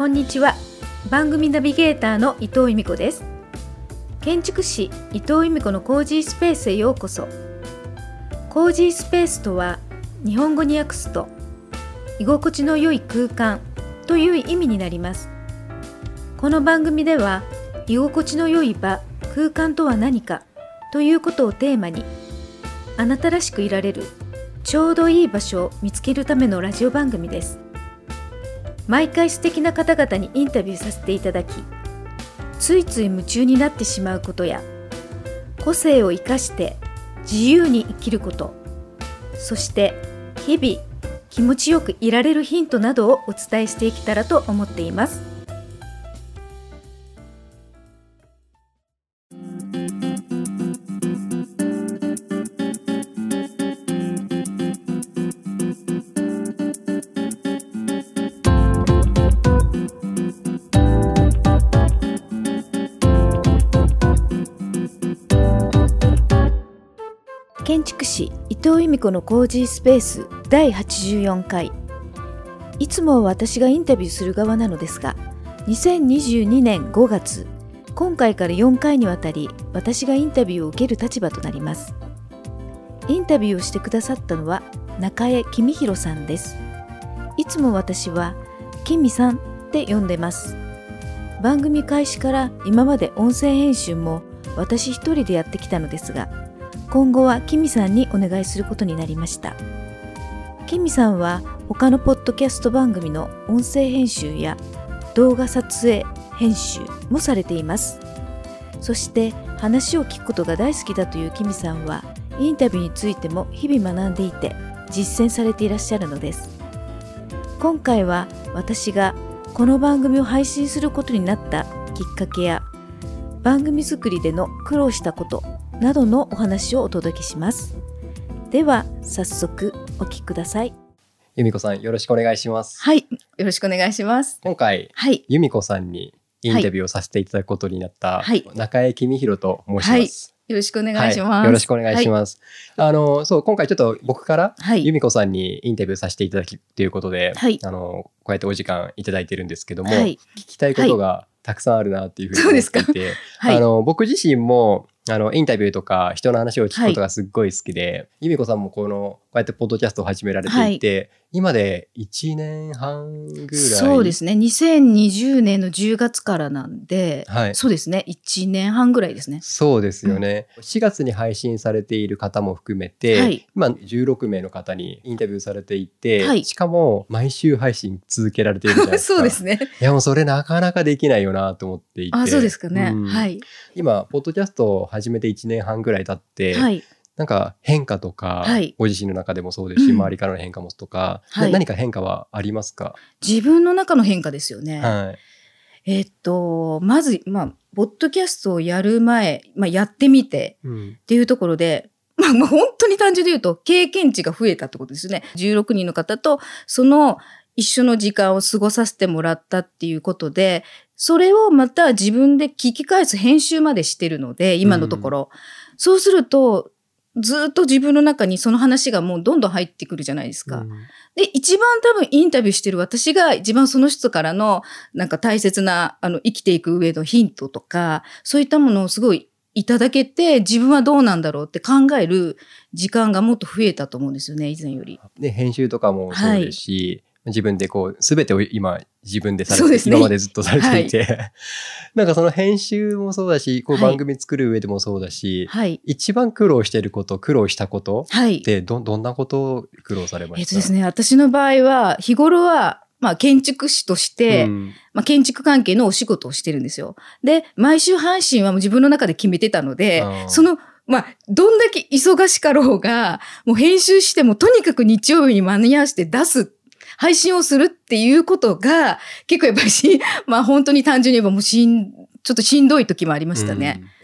こんにちは。番組ナビゲーターの伊藤由美子です。建築士伊藤由美子のコージースペースへようこそ。コージースペースとは日本語に訳すと居心地の良い空間という意味になります。この番組では居心地の良い場、空間とは何かということをテーマに、あなたらしくいられるちょうどいい場所を見つけるためのラジオ番組です。毎回素敵な方々にインタビューさせていただき、ついつい夢中になってしまうことや、個性を生かして自由に生きること、そして日々気持ちよくいられるヒントなどをお伝えしていけたらと思っています。建築士伊藤由美子のコージースペース第84回。いつも私がインタビューする側なのですが、2022年5月、今回から4回にわたり私がインタビューを受ける立場となります。インタビューをしてくださったのは中江公弘さんです。いつも私はキミさんって呼んでます。番組開始から今まで音声編集も私一人でやってきたのですが、今後はキミさんにお願いすることになりました。キミさんは他のポッドキャスト番組の音声編集や動画撮影編集もされています。そして話を聞くことが大好きだというキミさんは、インタビューについても日々学んでいて実践されていらっしゃるのです。今回は私がこの番組を配信することになったきっかけや、番組作りでの苦労したことなどのお話をお届けします。では早速お聞きください。 由美子さん、よろしくお願いします。 はい、よろしくお願いします。 今回、 はい、 由美子さんにインタビューをさせていただくことになった、 はい、 中江公弘と申します、 はい、よろしくお願いします、 よろしくお願いします、そう、今回ちょっと僕から由美子さんにインタビューさせていただきということで、こうやってお時間いただいてるんですけども、聞きたいことがたくさんあるなっていうふうに思っていて、僕自身もインタビューとか人の話を聞くことがすっごい好きで、由美子さんもこうやってポッドキャストを始められていて、今で1年半ぐらい。 そうですね、2020年の10月からなんで、そうですね、1年半ぐらいですね。 そうですよね、4月に配信されている方も含めて、今16名の方にインタビューされていて、しかも毎週配信続けられているじゃないですか。 そうですね。 いや、もうそれなかなかできないよなと思っていて。 そうですかね、 今ポッドキャストを始めて1年半ぐらい経って、なんか変化とか、ご自身の中でもそうですし、周りからの変化もとか、何か変化はありますか？ 自分の中の変化ですよね。まず、ポッドキャストをやる前、やってみてっていうところで、本当に単純で言うと経験値が増えたってことですね。16人の方とその一緒の時間を過ごさせてもらったっていうことで、それをまた自分で聞き返す編集までしてるので、今のところ。そうすると、ずっと自分の中にその話がもうどんどん入ってくるじゃないですか。で、一番多分インタビューしてる私が一番その人からのなんか大切な生きていく上のヒントとか、そういったものをすごいいただけて、自分はどうなんだろうって考える時間がもっと増えたと思うんですよね、以前より。 で、編集とかもそうですし、自分で全てを今自分でされて、今までずっとされていて、なんかその編集もそうだし、番組作る上でもそうだし、一番苦労していること、苦労したことってどんなことを苦労されました？ ですね、私の場合は日頃は建築士として、建築関係のお仕事をしてるんですよ。で、毎週配信はもう自分の中で決めてたので、どんだけ忙しかろうが、もう編集してもとにかく日曜日に間に合わせて配信をするっていうことが、結構やっぱり本当に単純に言えばちょっとしんどい時もありましたね。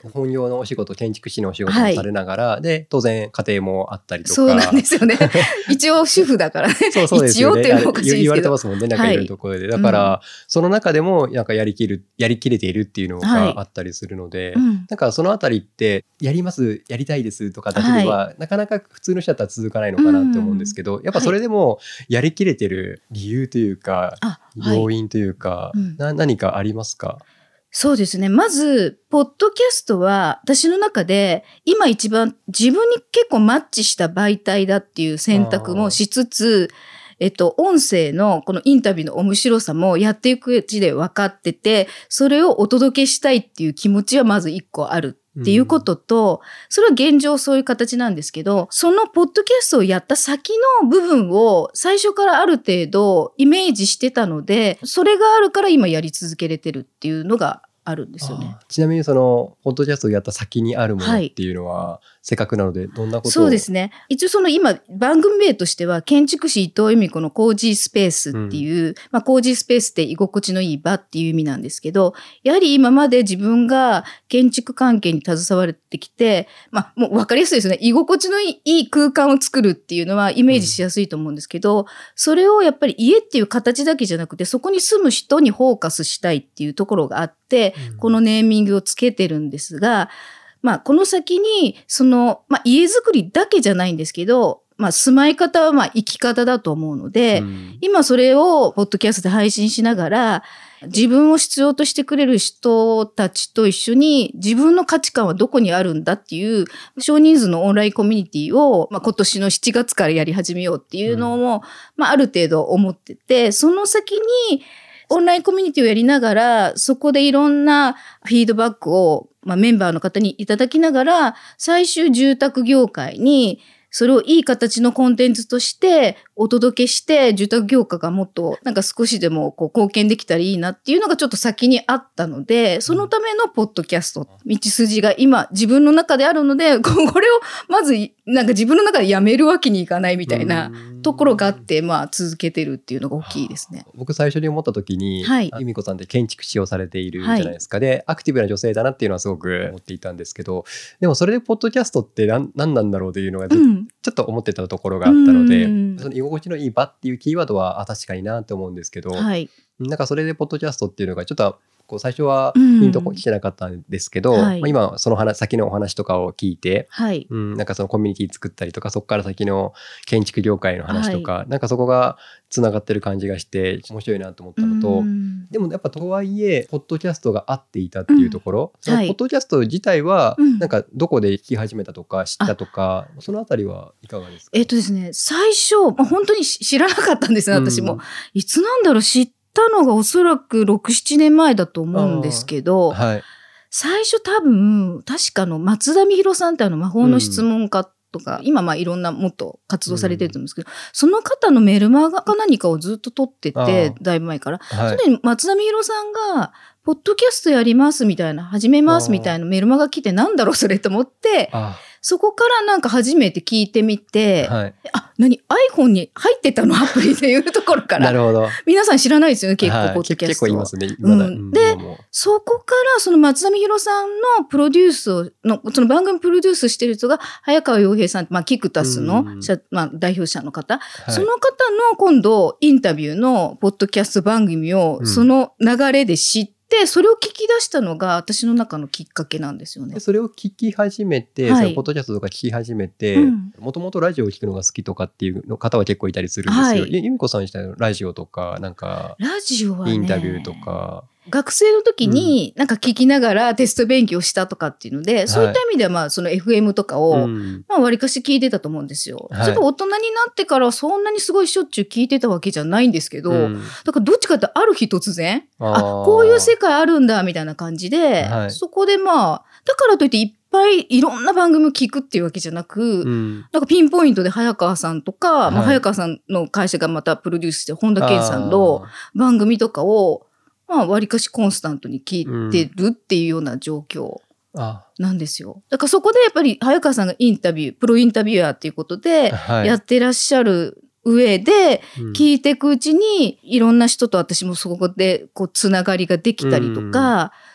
本業のお仕事、建築士のお仕事もされながら、で当然家庭もあったりとか。 そうなんですよね。一応主婦だからね。 そうですよね。 一応っていうのもおかしいですけど。 言われてますもんね、なんかいろいろところで。だから、その中でもなんかやりきれているっていうのがあったりするので、なんかそのあたりってやります、やりたいですとかだけでは、なかなか普通の人だったら続かないのかなって思うんですけど、やっぱそれでもやりきれてる理由というか、要因というか、何かありますか？ そうですね。まず、ポッドキャストは私の中で今一番自分に結構マッチした媒体だっていう選択もしつつ、音声のこのインタビューの面白さもやっていくうちで分かってて、それをお届けしたいっていう気持ちはまず一個あるっていうことと、それは現状そういう形なんですけど、そのポッドキャストをやった先の部分を最初からある程度イメージしてたので、それがあるから今やり続けれてるっていうのがあるんですよね。 ちなみにそのポッドキャストをやった先にあるものっていうのは、せっかくなのでどんなことを？ そうですね。一応その今番組名としては建築士伊藤由美子のコージースペースっていう、コージースペースって居心地のいい場っていう意味なんですけど、やはり今まで自分が建築関係に携われてきて、もう分かりやすいですね。居心地のいい空間を作るっていうのはイメージしやすいと思うんですけど、それをやっぱり家っていう形だけじゃなくて、そこに住む人にフォーカスしたいっていうところがあって、このネーミングをつけてるんですが、この先に、家づくりだけじゃないんですけど、住まい方は生き方だと思うので、今それをポッドキャストで配信しながら、自分を必要としてくれる人たちと一緒に自分の価値観はどこにあるんだっていう少人数のオンラインコミュニティを、今年の7月からやり始めようっていうのも、ある程度思ってて、その先にオンラインコミュニティをやりながら、そこでいろんなフィードバックを、メンバーの方にいただきながら、最終住宅業界にそれをいい形のコンテンツとしてお届けして、住宅業界がもっと少しでも貢献できたらいいなっていうのがちょっと先にあったので、そのためのポッドキャスト、道筋が今自分の中であるので、これをまず自分の中でやめるわけにいかないみたいなところがあって、続けてるっていうのが大きいですね。 僕最初に思った時に、由美子さんって建築士をされているじゃないですか。で、アクティブな女性だなっていうのはすごく思っていたんですけど、でもそれでポッドキャストって何なんだろうというのがちょっと思ってたところがあったので、その居心地のいい場っていうキーワードは確かになと思うんですけど、それでポッドキャストっていうのがちょっと最初はピンときてなかったんですけど、今その先のお話とかを聞いて、そのコミュニティ作ったりとか、そこから先の建築業界の話とか、そこがつながってる感じがして面白いなと思ったのと、でもやっぱとはいえポッドキャストが合っていたっていうところ、そのポッドキャスト自体はどこで聞き始めたとか知ったとか、そのあたりはいかがですか？ ですね、最初、本当に知らなかったんですよ、私も。いつなんだろう、知ったのがおそらく6、7年前だと思うんですけど、最初多分、確か松田美弘さんって魔法の質問家とか、今いろんなもっと活動されてると思うんですけど、その方のメルマガか何かをずっと撮ってて、だいぶ前から。それで松田美弘さんが、ポッドキャストやりますみたいな、始めますみたいなメルマガ来て、なんだろうそれと思って、そこから初めて聞いてみて、iPhone に入ってたのアプリっていうところから。 なるほど。 皆さん知らないですよね、結構、ポッドキャスト。 結構言いますね。 で、そこからその松田美弘さんのプロデュースその番組プロデュースしてる人が、早川洋平さんって、キクタスの、代表者の方。その方の今度、インタビューのポッドキャスト番組を、その流れで知って、それを聞き出したのが私の中のきっかけなんですよね。 それを聞き始めて、そのポッドキャストとか聞き始めて、もともとラジオを聞くのが好きとかっていう方は結構いたりするんですよ。由美子さん自体のラジオとか、 ラジオはね、 インタビューとか。 学生の時に聞きながらテスト勉強したとかっていうので、そういった意味ではその FM とかを割かし聞いてたと思うんですよ。ちょっと大人になってからそんなにすごいしょっちゅう聞いてたわけじゃないんですけど、だからどっちかってある日突然、こういう世界あるんだみたいな感じで、そこでだからといっていっぱいいろんな番組を聞くっていうわけじゃなく、ピンポイントで早川さんとか、早川さんの会社がまたプロデュースして本田健さんの番組とかを割かしコンスタントに聞いてるっていうような状況なんですよ。だからそこでやっぱり早川さんがプロインタビュアーっていうことでやってらっしゃる上で聞いていくうちにいろんな人と私もそこでつながりができたりとか、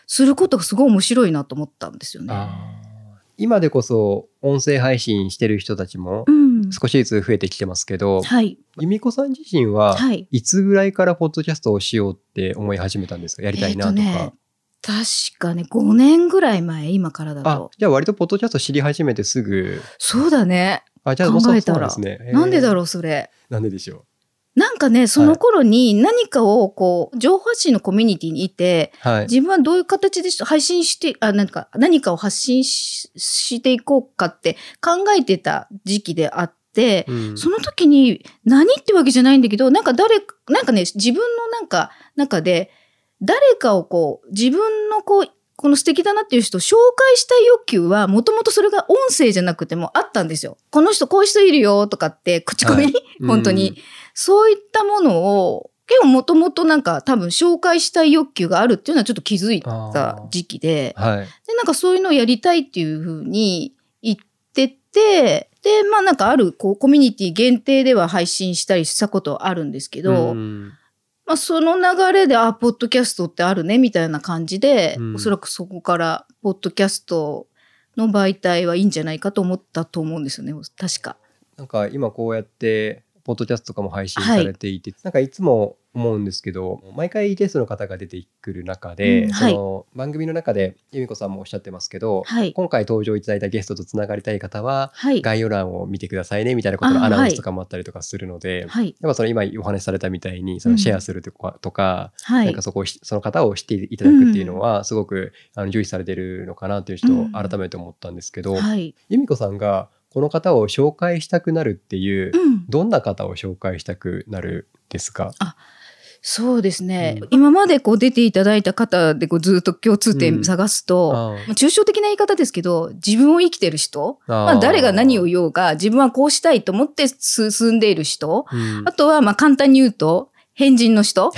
することがすごい面白いなと思ったんですよね。 今でこそ音声配信してる人たちも少しずつ増えてきてますけど、由美子さん自身はいつぐらいからポッドキャストをしようって思い始めたんですか？やりたいなとか。 確かね5年ぐらい前、今からだと。 じゃあ割とポッドキャスト知り始めてすぐ。 そうだね。 じゃあ考えたら、 なんでだろうそれ。 なんででしょう。 なんかね、その頃に何かをこう情報発信のコミュニティにいて、自分はどういう形で配信して何かを発信していこうかって考えてた時期であって、その時に何ってわけじゃないんだけど、なんかね、自分の中で誰かをこう自分のこの素敵だなっていう人を紹介したい欲求はもともとそれが音声じゃなくてもあったんですよ。この人こういう人いるよとかって口コミ、本当に。そういったものを結構もともと多分紹介したい欲求があるっていうのはちょっと気づいた時期で、でなんかそういうのをやりたいっていうふうに言ってて、であるコミュニティ限定では配信したりしたことはあるんですけど、その流れでポッドキャストってあるねみたいな感じで、おそらくそこからポッドキャストの媒体はいいんじゃないかと思ったと思うんですよね、確か。 今こうやってポッドキャストとかも配信されていて、いつも思うんですけど、毎回ゲストの方が出てくる中で、その番組の中で由美子さんもおっしゃってますけど、今回登場いただいたゲストとつながりたい方は、概要欄を見てくださいねみたいなことのアナウンスとかもあったりとかするので、やっぱその今お話しされたみたいにそのシェアするとか、その方を知っていただくっていうのはすごく重視されてるのかなという人を改めて思ったんですけど、由美子さんがこの方を紹介したくなるっていう、どんな方を紹介したくなるですか？ そうですね、今まで出ていただいた方でずっと共通点探すと、抽象的な言い方ですけど、自分を生きてる人、誰が何を言おうが自分はこうしたいと思って進んでいる人、あとは簡単に言うと変人の人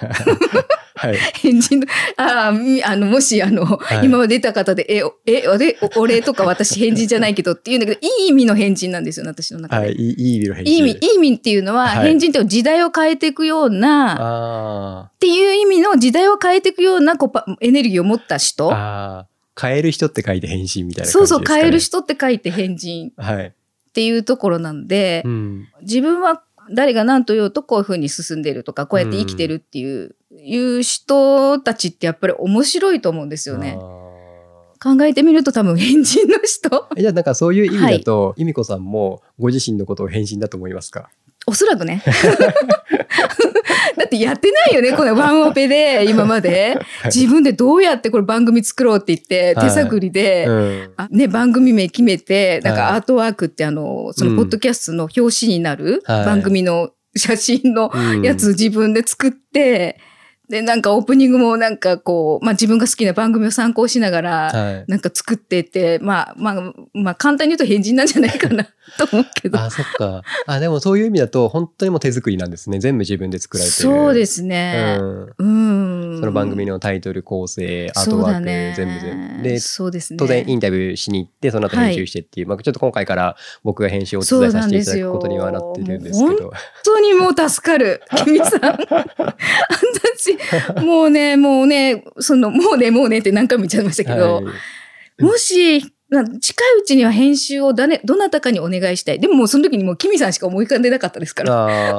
変人のもし今まで出た方で俺とか私変人じゃないけどって言うんだけど、いい意味の変人なんですよね、私の中で。 いい意味の変人。 いい意味っていうのは、変人って時代を変えていくようなっていう意味の時代を変えていくようなエネルギーを持った人。 変える人って書いて変人みたいな感じですかね。 そう変える人って書いて変人っていうところなんで、自分は誰が何と言おうとこういうふうに進んでるとかこうやって生きてるっていう人たちってやっぱり面白いと思うんですよね。考えてみると多分変人の人。 じゃあそういう意味だと、由美子さんもご自身のことを変人だと思いますか？ おそらくね。だってやってないよね、このワンオペで今まで。自分でどうやってこれ番組作ろうって言って、手探りで、番組名決めて、アートワークってそのポッドキャストの表紙になる番組の写真のやつ自分で作って、で、オープニングも自分が好きな番組を参考しながら、作ってて、簡単に言うと変人なんじゃないかなと思うけど。 そっか。でもそういう意味だと、本当にもう手作りなんですね。全部自分で作られてる。 そうですね。 その番組のタイトル構成、アートワーク、全部。で、 そうですね。 当然インタビューしに行って、その後編集してっていう、ちょっと今回から僕が編集をお手伝いさせていただくことにはなってるんですけど。 本当にもう助かる。君さん。私、もうね、もうねって何回も言っちゃいましたけど、もし、近いうちには編集をどなたかにお願いしたい。でももうその時にもうキミさんしか思い浮かんでなかったですから。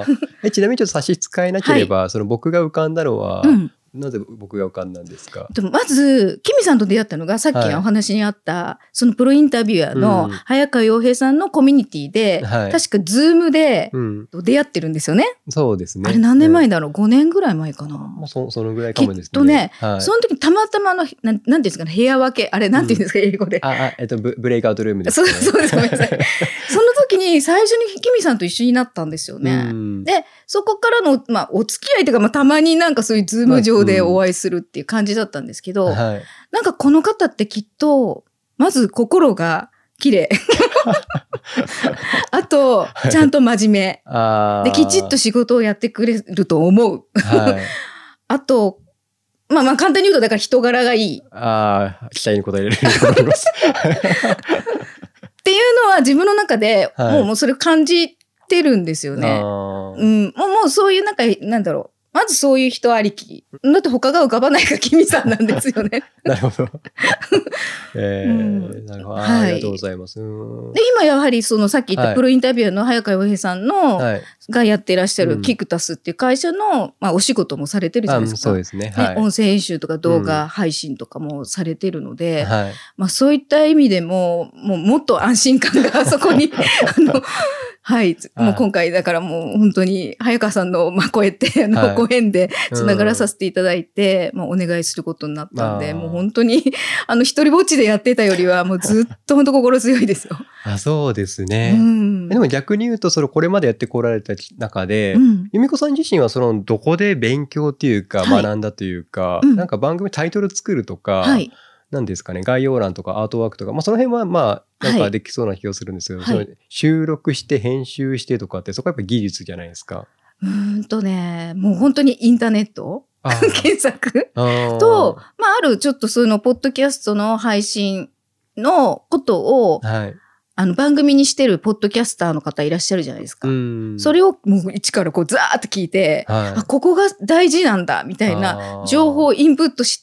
ちなみにちょっと差し支えなければ、その僕が浮かんだのは、なぜ僕が浮かんだんですか？ まず、キミさんと出会ったのが、さっきお話にあった、そのプロインタビュアーの早川洋平さんのコミュニティで、確かズームで出会ってるんですよね。 そうですね。 あれ何年前だろう ?5 年ぐらい前かな。 そのぐらいかもですね。 きっとね、その時たまたまなんていうんですかね、部屋分け、あれなんていうんですか、英語で。 ブレイクアウトルームですね。 そうです、ごめんなさい。その時に最初にキミさんと一緒になったんですよね。で、そこからの、お付き合いというか、たまにそういうズーム上でお会いするっていう感じだったんですけど、この方ってきっと、まず心が綺麗。あと、ちゃんと真面目。で、きちっと仕事をやってくれると思う。あと、簡単に言うと、だから人柄がいい。 期待に応えれると思います。 っていうのは自分の中で、もうそれを感じてるんですよね。もうそういうなんだろまずそういう人ありき。だって他が浮かばないから君さんなんですよね。 なるほど。なるほど。ありがとうございます。で今やはりそのさっき言ったプロインタビュアーの早川洋平さんの、がやっていらっしゃるキクタスっていう会社の、お仕事もされてるじゃないですか。 そうですね。 音声編集とか動画配信とかもされてるので、そういった意味でも、もっと安心感がそこに、はい。もう今回だからもう本当に早川さんの声ってご縁でつながらさせていただいて、お願いすることになったんで、もう本当に一人ぼっちでやってたよりはもうずっと本当心強いですよ。 そうですね。でも逆に言うとこれまでやってこられた中で、由美子さん自身はどこで勉強っていうか学んだというか、なんか番組タイトル作るとか、なんですかね、概要欄とかアートワークとか、その辺はなんかできそうな気がするんですけど、収録して編集してとかって、そこはやっぱり技術じゃないですか。 もう本当にインターネット検索と、あるちょっとそのポッドキャストの配信のことを、番組にしてるポッドキャスターの方いらっしゃるじゃないですか。それをもう一からザーッと聞いて、ここが大事なんだみたいな情報をインプットして、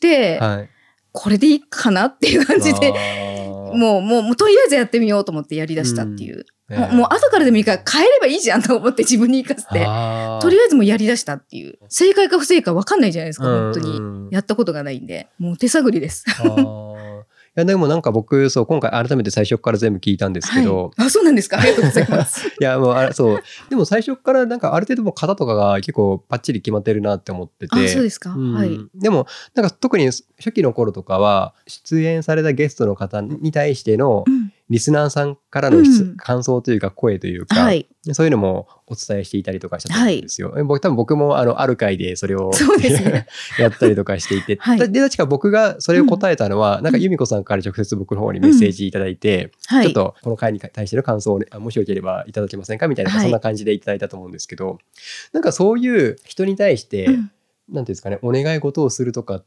これでいいかなっていう感じで、もうとりあえずやってみようと思ってやり出したっていう。もう後からでもいいから変えればいいじゃんと思って自分に言い聞かせて、とりあえずもうやり出したっていう。正解か不正解分かんないじゃないですか、本当に。やったことがないんで。もう手探りです。 いやでもなんか僕今回改めて最初から全部聞いたんですけど、 そうなんですか、ありがとうございます。 いやもうそうでも最初からなんかある程度も型とかが結構パッチリ決まってるなって思ってて、 そうですか、 でもなんか特に初期の頃とかは出演されたゲストの方に対してのリスナーさんからの感想というか声というか、そういうのもお伝えしていたりとかしたと思うんですよ。多分僕もある回でそれをやったりとかしていて、で確か僕がそれを答えたのは、なんか由美子さんから直接僕の方にメッセージいただいて、ちょっとこの回に対しての感想を、もしよければいただけませんかみたいな、そんな感じでいただいたと思うんですけど、なんかそういう人に対して、なんていうんですかね、お願い事をするとかって、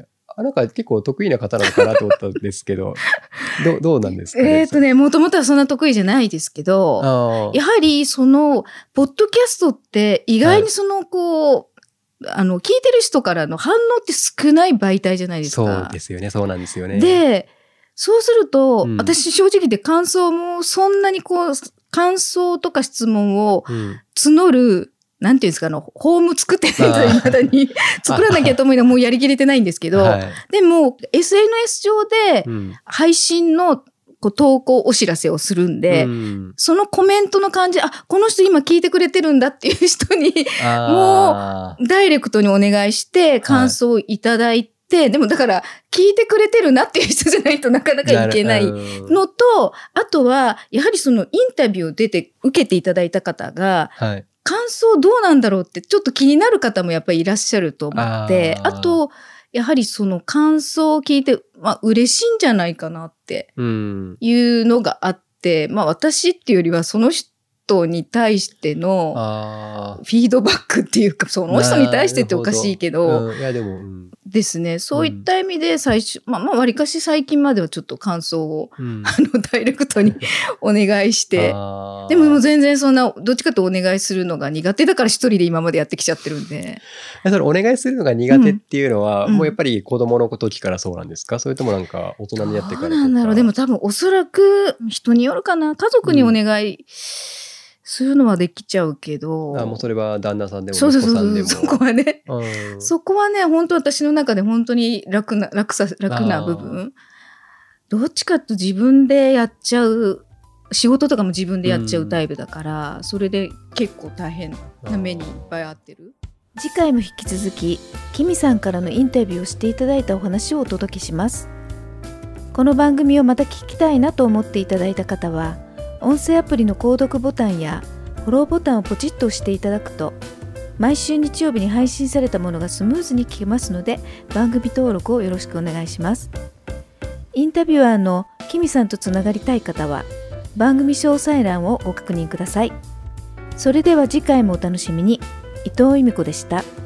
なんか結構得意な方なのかなと思ったんですけど、どうなんですかね。 もともとはそんな得意じゃないですけど、やはりポッドキャストって意外に聞いてる人からの反応って少ない媒体じゃないですか。 そうですよね、そうなんですよね。 で、そうすると、私正直言って感想もそんなに感想とか質問を募る、なんていうんですか、ホーム作ってないと未だに作らなきゃと思いながらもうやりきれてないんですけど、でも SNS 上で配信の投稿お知らせをするんで、そのコメントの感じ、この人今聞いてくれてるんだっていう人に、もうダイレクトにお願いして感想をいただいて、でもだから聞いてくれてるなっていう人じゃないとなかなかいけないのと、あとはやはりインタビュー受けていただいた方が、感想どうなんだろうってちょっと気になる方もやっぱりいらっしゃると思って、あとやはり感想を聞いて、嬉しいんじゃないかなっていうのがあって、私っていうよりはその人に対してのフィードバックっていうか、その人に対してっておかしいけど、ですね。そういった意味で最初、わりかし最近まではちょっと感想を、ダイレクトにお願いして、でも全然そんな、どっちかとお願いするのが苦手だから一人で今までやってきちゃってるんで。 それお願いするのが苦手っていうのは、もうやっぱり子供の時からそうなんですか？それともなんか大人になってからとか？ そうなんだろう。でも多分おそらく人によるかな。家族にお願い、するのはできちゃうけど。 もうそれは旦那さんでも息子さんでも。 そこはね。そこはね、本当私の中で本当に楽な部分。どっちかと自分でやっちゃう、仕事とかも自分でやっちゃうタイプだから、それで結構大変な目にいっぱい合ってる。 次回も引き続き、キミさんからのインタビューをしていただいたお話をお届けします。この番組をまた聞きたいなと思っていただいた方は、音声アプリの購読ボタンやフォローボタンをポチッと押していただくと、毎週日曜日に配信されたものがスムーズに聞けますので、番組登録をよろしくお願いします。インタビュアーのキミさんとつながりたい方は、番組詳細欄をご確認ください。それでは次回もお楽しみに。伊藤由美子でした。